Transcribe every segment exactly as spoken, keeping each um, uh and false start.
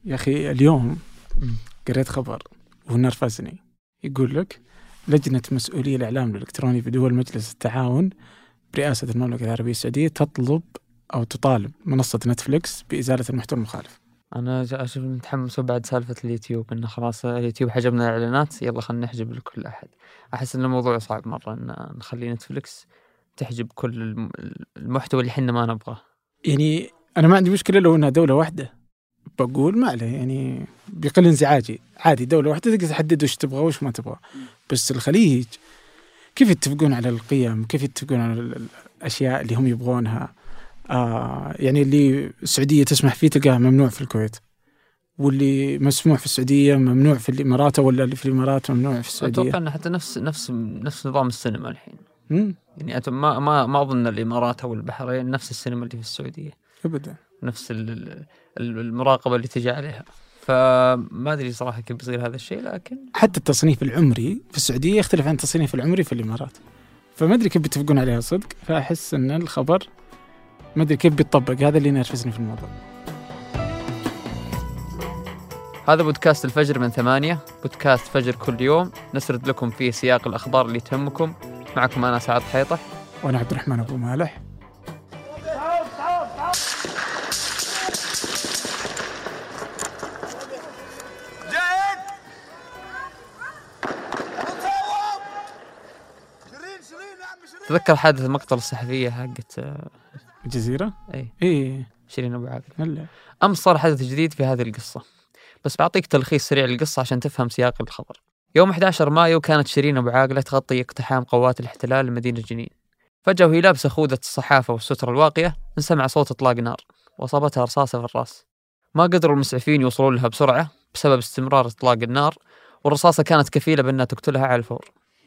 يا أخي اليوم قريت خبر ونرفزني، يقول لك لجنة مسؤولية الإعلام الإلكتروني في دول مجلس التعاون برئاسة المملكة العربية السعودية تطلب أو تطالب منصة نتفليكس بإزالة المحتوى المخالف. أنا أشوف متحمس بعد سالفة اليوتيوب، إنه خلاص اليوتيوب حجبنا الإعلانات، يلا خلنا نحجب لكل أحد. أحس إن الموضوع صعب مرة إن نخلي نتفليكس تحجب كل المحتوى اللي حنا ما نبغاه. يعني أنا ما عندي مشكلة لو إنها دولة واحدة، بقول ما عليه، يعني بقل انزعاجي عادي، دولة واحدة تقدر تحدد وش تبغى وش ما تبغى. بس الخليج كيف يتفقون على القيم، كيف يتفقون على الأشياء اللي هم يبغونها؟ آه يعني اللي السعودية تسمح فيه تلقاه ممنوع في الكويت، واللي مسموح في السعودية ممنوع في الإمارات، ولا اللي في الإمارات ممنوع في السعودية. أتوقع أن حتى نفس نفس نفس نظام السينما الحين. مم. يعني ما ما ما أظن الإمارات أو البحرين نفس السينما اللي في السعودية أبدا، نفس المراقبة اللي تجي عليها. فما أدري صراحة كيف بيصير هذا الشيء، لكن حتى التصنيف العمري في السعودية يختلف عن التصنيف العمري في الإمارات، فما أدري كيف بيتفقون عليها صدق. فأحس أن الخبر ما أدري كيف بيتطبق، هذا اللي ينرفزني في الموضوع. هذا بودكاست الفجر من ثمانية، بودكاست فجر كل يوم نسرد لكم فيه سياق الأخبار اللي تهمكم. معكم أنا سعد حيطة، وأنا عبد الرحمن أبو مالح. تذكر حادث مقتل الصحفية حقت الجزيرة؟ أي إيه شيرين أبو عاقل. هلا أمس صار حدث جديد في هذه القصة، بس بعطيك تلخيص سريع للقصة عشان تفهم سياق الخبر. يوم أحد عشر مايو كانت شيرين أبو عاقلة تغطي اقتحام قوات الاحتلال لمدينة جنين. فجأة وهي لابسة خوذة الصحافة والسترة الواقية انسمع صوت إطلاق نار وأصابتها رصاصة في الرأس. ما قدروا المسعفين يوصلون لها بسرعة بسبب استمرار إطلاق النار، والرصاصة كانت كفيلة بأنها تقتلها على الفور.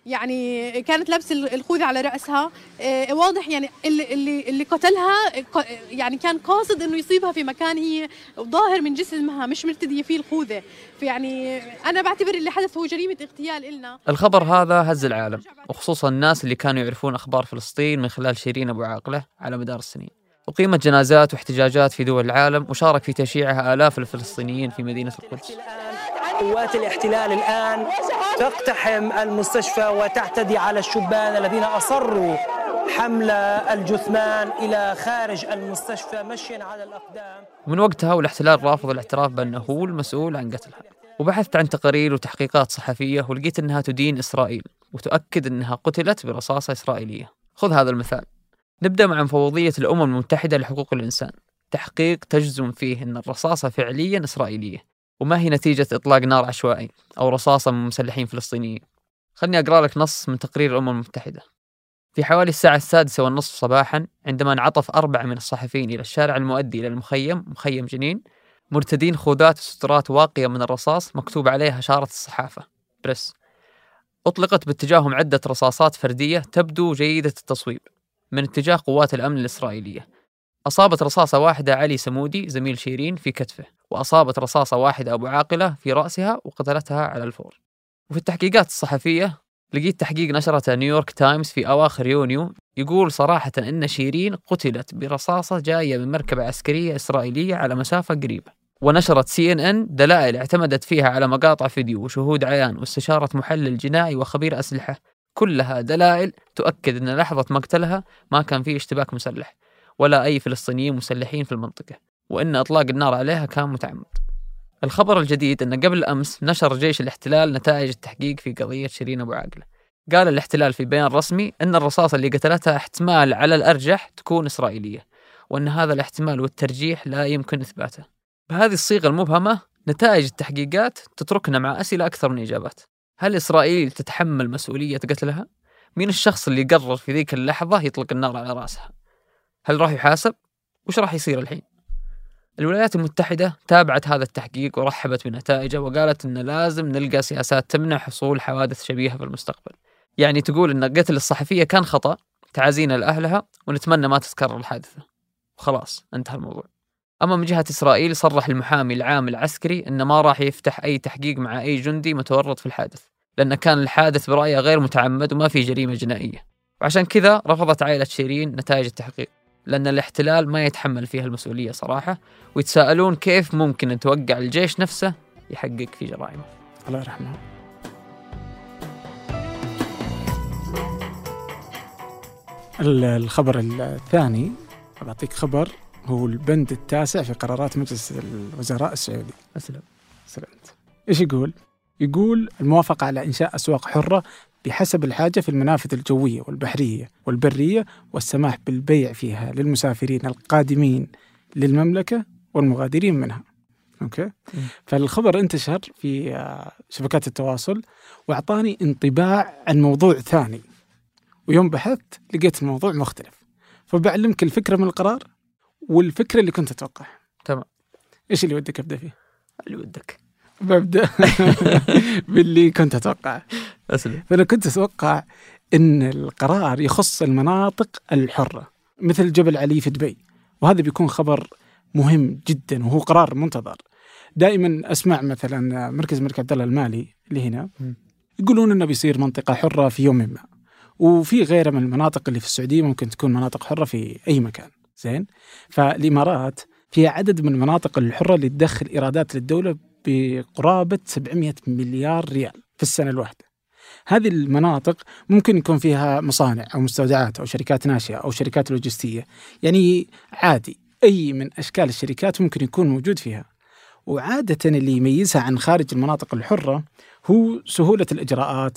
يعني كانت لابسه الخوذه على راسها، آه واضح يعني اللي اللي اللي قتلها يعني كان قاصد انه يصيبها في مكان هي ظاهر من جسمها مش مرتديه فيه الخوذه. فيعني انا بعتبر اللي حدث هو جريمه اغتيال إلنا. الخبر هذا هز العالم، وخصوصا الناس اللي كانوا يعرفون اخبار فلسطين من خلال شيرين ابو عاقله على مدار السنين. وقيمت جنازات واحتجاجات في دول العالم، وشارك في تشييعها آلاف الفلسطينيين في مدينة القدس. قوات الاحتلال الآن تقتحم المستشفى وتعتدي على الشبان الذين أصروا حمل الجثمان إلى خارج المستشفى مشيا على الأقدام. ومن وقتها والاحتلال رافض الاعتراف بأنه هو المسؤول عن قتلها. وبحثت عن تقارير وتحقيقات صحفية ولقيت أنها تدين إسرائيل وتؤكد أنها قتلت برصاصة إسرائيلية. خذ هذا المثال. نبدأ مع مفوضية الأمم المتحدة لحقوق الإنسان، تحقيق تجزم فيه أن الرصاصة فعليا إسرائيلية وما هي نتيجة إطلاق نار عشوائي أو رصاصة من مسلحين فلسطينيين. خلني أقرأ لك نص من تقرير الأمم المتحدة. في حوالي الساعة السادسة والنصف صباحا، عندما انعطف أربعة من الصحفيين إلى الشارع المؤدي إلى المخيم مخيم جنين، مرتدين خوذات وسترات واقية من الرصاص مكتوب عليها شارة الصحافة بريس. أطلقت باتجاههم عدة رصاصات فردية تبدو جيدة التصويب من اتجاه قوات الأمن الإسرائيلية. أصابت رصاصة واحدة علي سمودي زميل شيرين في كتفه، وأصابت رصاصة واحدة أبو عاقلة في رأسها وقتلتها على الفور. وفي التحقيقات الصحفية لقيت تحقيق نشرته نيويورك تايمز في أواخر يونيو يقول صراحة أن شيرين قتلت برصاصة جاية من مركبة عسكرية إسرائيلية على مسافة قريبة. ونشرت سي إن إن دلائل اعتمدت فيها على مقاطع فيديو وشهود عيان واستشارة محلل جنائي وخبير أسلحة، كلها دلائل تؤكد أن لحظة مقتلها ما كان فيه اشتباك مسلح ولا أي فلسطينيين مسلحين في المنطقة، وإن إطلاق النار عليها كان متعمد. الخبر الجديد أن قبل أمس نشر جيش الاحتلال نتائج التحقيق في قضية شيرين أبو عاقلة. قال الاحتلال في بيان رسمي أن الرصاصة اللي قتلتها احتمال على الأرجح تكون إسرائيلية، وأن هذا الاحتمال والترجيح لا يمكن إثباته. بهذه الصيغة المبهمة نتائج التحقيقات تتركنا مع أسئلة أكثر من إجابات. هل إسرائيل تتحمل مسؤولية قتلها؟ مين الشخص اللي قرر في ذيك اللحظة يطلق النار على رأسها؟ هل راح يحاسب؟ وش راح يصير الحين؟ الولايات المتحدة تابعت هذا التحقيق ورحبت بنتائجه، وقالت إن لازم نلقى سياسات تمنع حصول حوادث شبيهة في المستقبل. يعني تقول إن قتل الصحفية كان خطأ، تعازينا لأهلها ونتمنى ما تتكرر الحادثة، وخلاص انتهى الموضوع. أما من جهة إسرائيل صرح المحامي العام العسكري إنه ما راح يفتح أي تحقيق مع أي جندي متورط في الحادث، لأن كان الحادث برأيه غير متعمد وما في جريمة جنائية، وعشان كذا رفضت عائلة شيرين نتائج التحقيق. لأن الاحتلال ما يتحمل فيها المسؤولية صراحة، ويتساءلون كيف ممكن أن توقع الجيش نفسه يحقق في جرائمه. الله يرحمه. الخبر الثاني بعطيك خبر هو البند التاسع في قرارات مجلس الوزراء السعودي. أسلم. سلمت. إيش يقول؟ يقول الموافقة على إنشاء أسواق حرة بحسب الحاجة في المنافذ الجوية والبحرية والبرية، والسماح بالبيع فيها للمسافرين القادمين للمملكة والمغادرين منها. أوكي؟ م. فالخبر انتشر في شبكات التواصل وأعطاني انطباع عن موضوع ثاني، ويوم بحثت لقيت الموضوع مختلف، فبعلمك الفكرة من القرار والفكرة اللي كنت أتوقع. تمام. إيش اللي ودك أبدأ فيه؟ اللي ودك. ببدأ باللي كنت أتوقع. أسلم. فأنا كنت أتوقع إن القرار يخص المناطق الحرة مثل جبل علي في دبي، وهذا بيكون خبر مهم جدا وهو قرار منتظر. دائما أسمع مثلا مركز الملك عبد الله المالي اللي هنا يقولون إنه بيصير منطقة حرة في يوم ما، وفي غيرها من المناطق اللي في السعودية ممكن تكون مناطق حرة في أي مكان. زين. فالإمارات فيها عدد من المناطق الحرة اللي تدخل إيرادات للدولة بقرابة سبعمائة مليار ريال في السنة الواحدة. هذه المناطق ممكن يكون فيها مصانع أو مستودعات أو شركات ناشئة أو شركات لوجستية، يعني عادي أي من أشكال الشركات ممكن يكون موجود فيها. وعادة اللي يميزها عن خارج المناطق الحرة هو سهولة الإجراءات،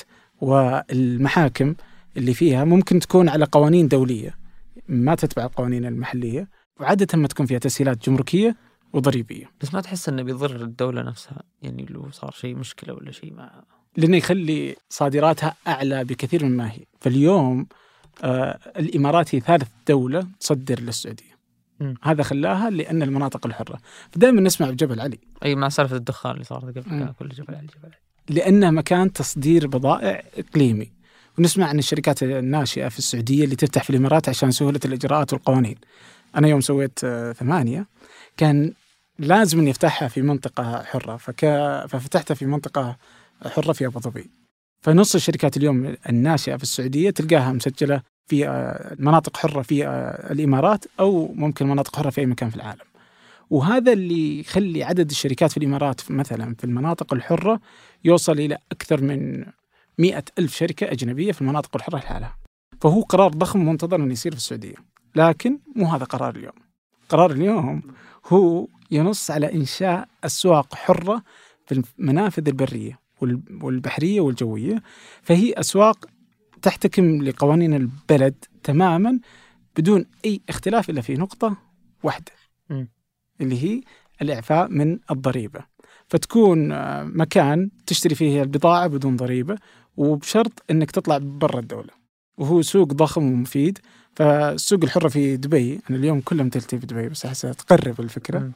والمحاكم اللي فيها ممكن تكون على قوانين دولية ما تتبع القوانين المحلية، وعادة ما تكون فيها تسهيلات جمركية وضريبية. بس ما تحس أنه بيضر الدولة نفسها؟ يعني لو صار شيء مشكلة ولا شيء مع لأنه يخلي صادراتها أعلى بكثير مما هي. فاليوم آه الإمارات هي ثالث دولة تصدر للسعودية. م. هذا خلاها لأن المناطق الحرة. فدائما نسمع بجبل علي، أي مع سالفة الدخان اللي صارت قبل كل جبل علي جبل علي، لأنه مكان تصدير بضائع إقليمي. ونسمع عن الشركات الناشئة في السعودية اللي تفتح في الإمارات عشان سهولة الإجراءات والقوانين. أنا يوم سويت آه ثمانية كان لازم أن يفتحها في منطقة حرة، فكا ففتحتها في منطقة حرة في أبو ظبي. فنص الشركات اليوم الناشئة في السعودية تلقاها مسجلة في مناطق حرة في الإمارات، أو ممكن مناطق حرة في أي مكان في العالم. وهذا اللي يخلي عدد الشركات في الإمارات مثلا في المناطق الحرة يوصل إلى أكثر من مئة ألف شركة أجنبية في المناطق الحرة لحالها. فهو قرار ضخم منتظر أن يصير في السعودية، لكن مو هذا قرار اليوم. قرار اليوم هو ينص على إنشاء أسواق حرة في المنافذ البرية والبحرية والجوية، فهي أسواق تحتكم لقوانين البلد تماما بدون أي اختلاف إلا في نقطة واحدة م. اللي هي الإعفاء من الضريبة. فتكون مكان تشتري فيه البضاعة بدون ضريبة، وبشرط أنك تطلع برا الدولة. وهو سوق ضخم ومفيد. فالسوق الحرة في دبي، أنا اليوم كلهم تلتي في دبي بس أحسها تقرب الفكرة م.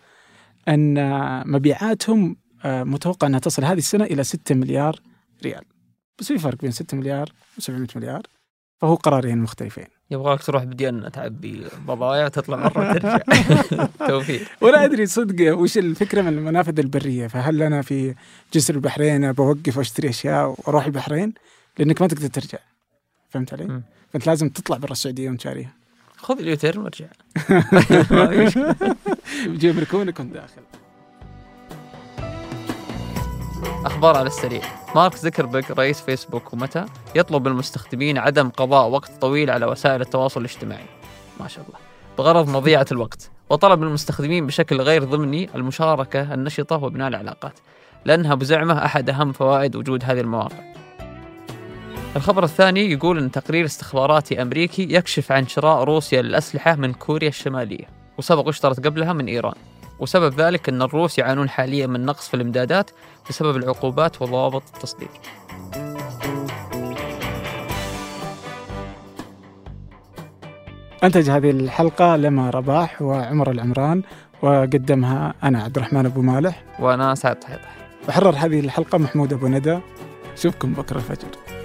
أن مبيعاتهم متوقع أنها تصل هذه السنة إلى ستة مليار ريال. بس في فرق بين ستة مليار وسبعمائة مليار، فهو قرارين مختلفين. يبغاك تروح بدينا تعبي بضايع تطلع مرة ترجع. توفيق. ولا أدري صدق وش الفكرة من المنافذ البرية. فهل أنا في جسر البحرين بوقف واشتري أشياء وأروح البحرين؟ لأنك ما تقدر ترجع. فهمت علي؟ م. فأنت لازم تطلع برا السعودية وتشاريها. خذ اليوتيرن وارجع. جيب ركونك كنت داخل. أخبار على السريع. مارك زكربرج رئيس فيسبوك ومتى يطلب المستخدمين عدم قضاء وقت طويل على وسائل التواصل الاجتماعي، ما شاء الله، بغرض مضيعة الوقت، وطلب من المستخدمين بشكل غير ضمني المشاركة النشطة وبناء العلاقات، لأنها بزعمه أحد أهم فوائد وجود هذه المواقع. الخبر الثاني يقول أن تقرير استخباراتي أمريكي يكشف عن شراء روسيا للأسلحة من كوريا الشمالية، وسبق واشترت قبلها من إيران، وسبب ذلك أن الروس يعانون حاليا من نقص في الإمدادات بسبب العقوبات وضوابط التصدير. أنتج هذه الحلقة لما رباح وعمر العمران، وقدمها أنا عبد الرحمن أبو مالح وأنا سعد طحيطح، وحرر هذه الحلقة محمود أبو ندى. شوفكم بكرة الفجر.